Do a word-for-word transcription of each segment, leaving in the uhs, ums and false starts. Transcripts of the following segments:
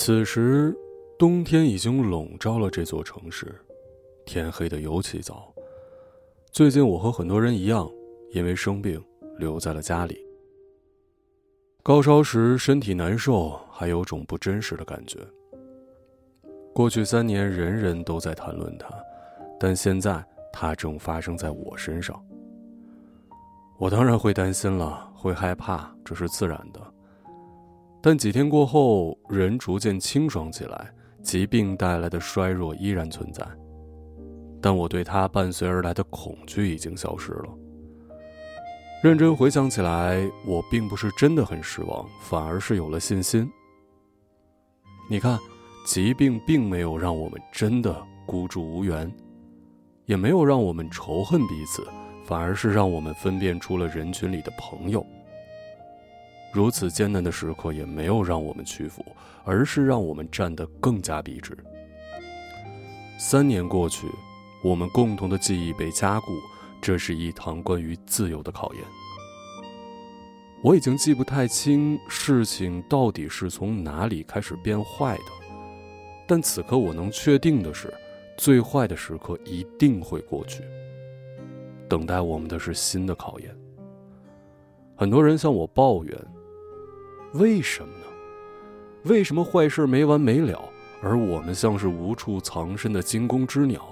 此时冬天已经笼罩了这座城市，天黑得尤其早。最近我和很多人一样，因为生病留在了家里。高烧时身体难受，还有种不真实的感觉。过去三年人人都在谈论它，但现在它正发生在我身上。我当然会担心了，会害怕，这是自然的。但几天过后，人逐渐清爽起来，疾病带来的衰弱依然存在，但我对它伴随而来的恐惧已经消失了。认真回想起来，我并不是真的很失望，反而是有了信心。你看，疾病并没有让我们真的孤注无援，也没有让我们仇恨彼此，反而是让我们分辨出了人群里的朋友。如此艰难的时刻也没有让我们屈服，而是让我们站得更加笔直。三年过去，我们共同的记忆被加固，这是一堂关于自由的考验。我已经记不太清事情到底是从哪里开始变坏的，但此刻我能确定的是，最坏的时刻一定会过去，等待我们的是新的考验。很多人向我抱怨，为什么呢？为什么坏事没完没了，而我们像是无处藏身的惊弓之鸟？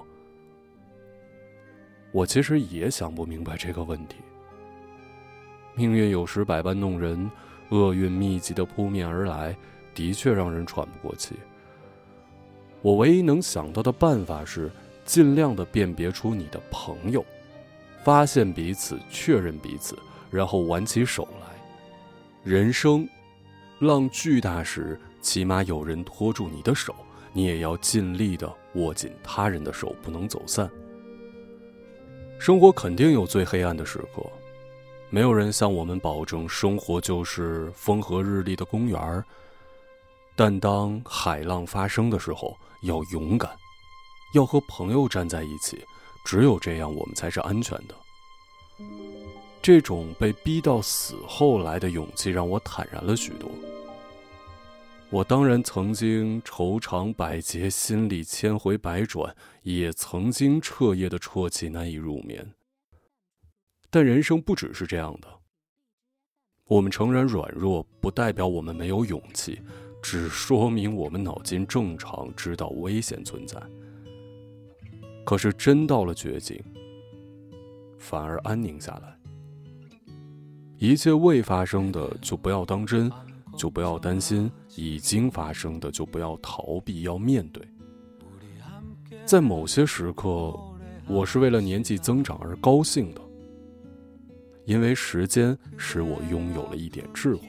我其实也想不明白这个问题。命运有时百般弄人，厄运密集地扑面而来，的确让人喘不过气。我唯一能想到的办法是，尽量地辨别出你的朋友，发现彼此，确认彼此，然后挽起手来。人生浪巨大时，起码有人拖住你的手，你也要尽力地握紧他人的手，不能走散。生活肯定有最黑暗的时刻，没有人向我们保证生活就是风和日丽的公园，但当海浪发生的时候，要勇敢，要和朋友站在一起，只有这样我们才是安全的。这种被逼到死后来的勇气让我坦然了许多。我当然曾经愁肠百结，心里千回百转，也曾经彻夜的啜泣难以入眠。但人生不只是这样的，我们诚然软弱，不代表我们没有勇气，只说明我们脑筋正常，知道危险存在。可是真到了绝境，反而安宁下来。一切未发生的就不要当真，就不要担心，已经发生的就不要逃避，要面对。在某些时刻，我是为了年纪增长而高兴的，因为时间使我拥有了一点智慧。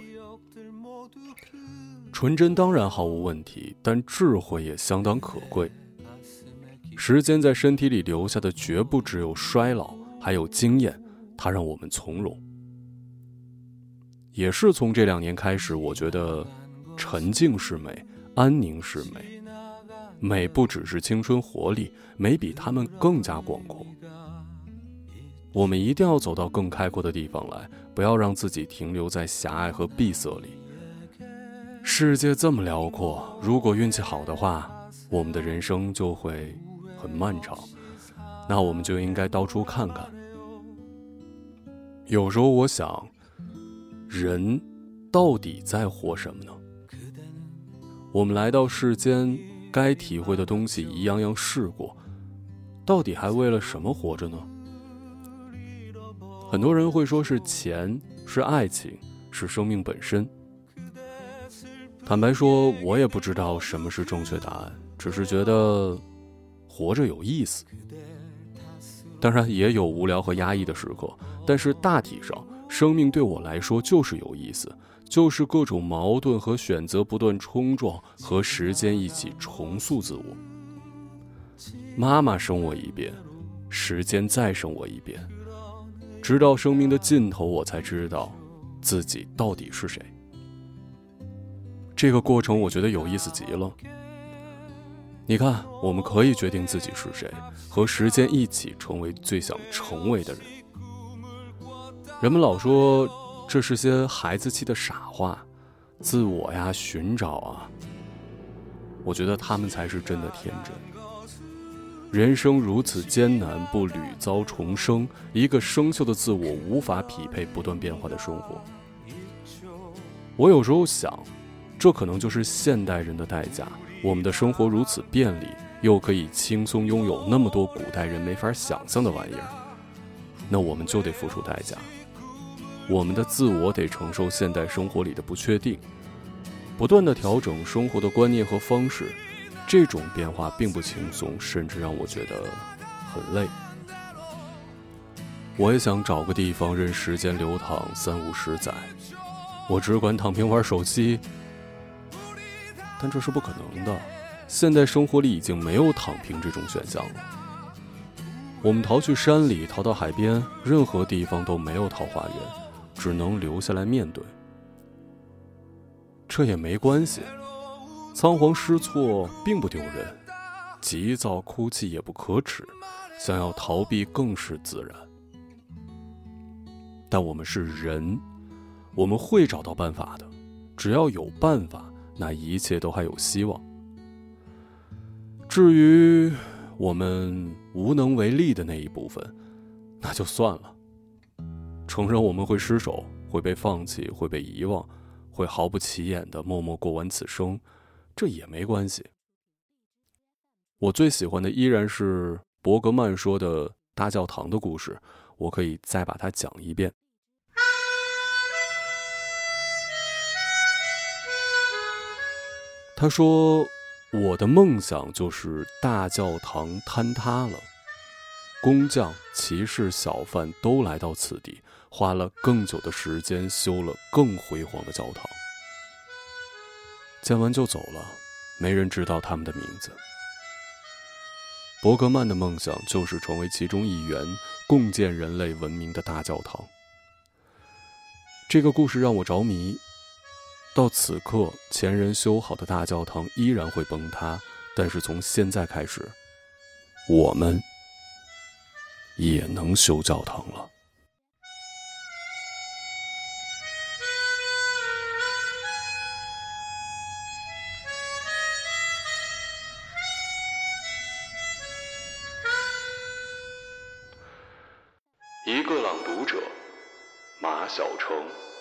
纯真当然毫无问题，但智慧也相当可贵。时间在身体里留下的绝不只有衰老，还有经验，它让我们从容。也是从这两年开始，我觉得沉静是美，安宁是美。美不只是青春活力，美比他们更加广阔。我们一定要走到更开阔的地方来，不要让自己停留在狭隘和闭塞里。世界这么辽阔，如果运气好的话，我们的人生就会很漫长，那我们就应该到处看看。有时候我想，人到底在活什么呢？我们来到世间，该体会的东西一样样试过，到底还为了什么活着呢？很多人会说是钱，是爱情，是生命本身。坦白说，我也不知道什么是正确答案，只是觉得活着有意思。当然也有无聊和压抑的时刻，但是大体上生命对我来说就是有意思，就是各种矛盾和选择不断冲撞，和时间一起重塑自我。妈妈生我一遍，时间再生我一遍，直到生命的尽头，我才知道自己到底是谁。这个过程我觉得有意思极了。你看，我们可以决定自己是谁，和时间一起成为最想成为的人。人们老说这是些孩子气的傻话，自我呀，寻找啊。 我觉得他们才是真的天真。人生如此艰难，不屡遭重生，一个生锈的自我无法匹配不断变化的生活。我有时候想，这可能就是现代人的代价。我们的生活如此便利，又可以轻松拥有那么多古代人没法想象的玩意儿，那我们就得付出代价。我们的自我得承受现代生活里的不确定，不断地调整生活的观念和方式。这种变化并不轻松，甚至让我觉得很累。我也想找个地方任时间流淌三五十载，我只管躺平玩手机，但这是不可能的。现代生活里已经没有躺平这种选项了。我们逃去山里，逃到海边，任何地方都没有桃花源，只能留下来面对。这也没关系，仓皇失措并不丢人，急躁哭泣也不可耻，想要逃避更是自然。但我们是人，我们会找到办法的，只要有办法，那一切都还有希望。至于我们无能为力的那一部分，那就算了。承认我们会失手，会被放弃，会被遗忘，会毫不起眼地默默过完此生，这也没关系。我最喜欢的依然是伯格曼说的大教堂的故事，我可以再把它讲一遍。他说，我的梦想就是大教堂坍塌了，工匠、骑士、小贩都来到此地，花了更久的时间修了更辉煌的教堂。建完就走了，没人知道他们的名字。伯格曼的梦想就是成为其中一员，共建人类文明的大教堂。这个故事让我着迷。到此刻，前人修好的大教堂依然会崩塌，但是从现在开始，我们也能修教堂了。一个朗读者，马晓成。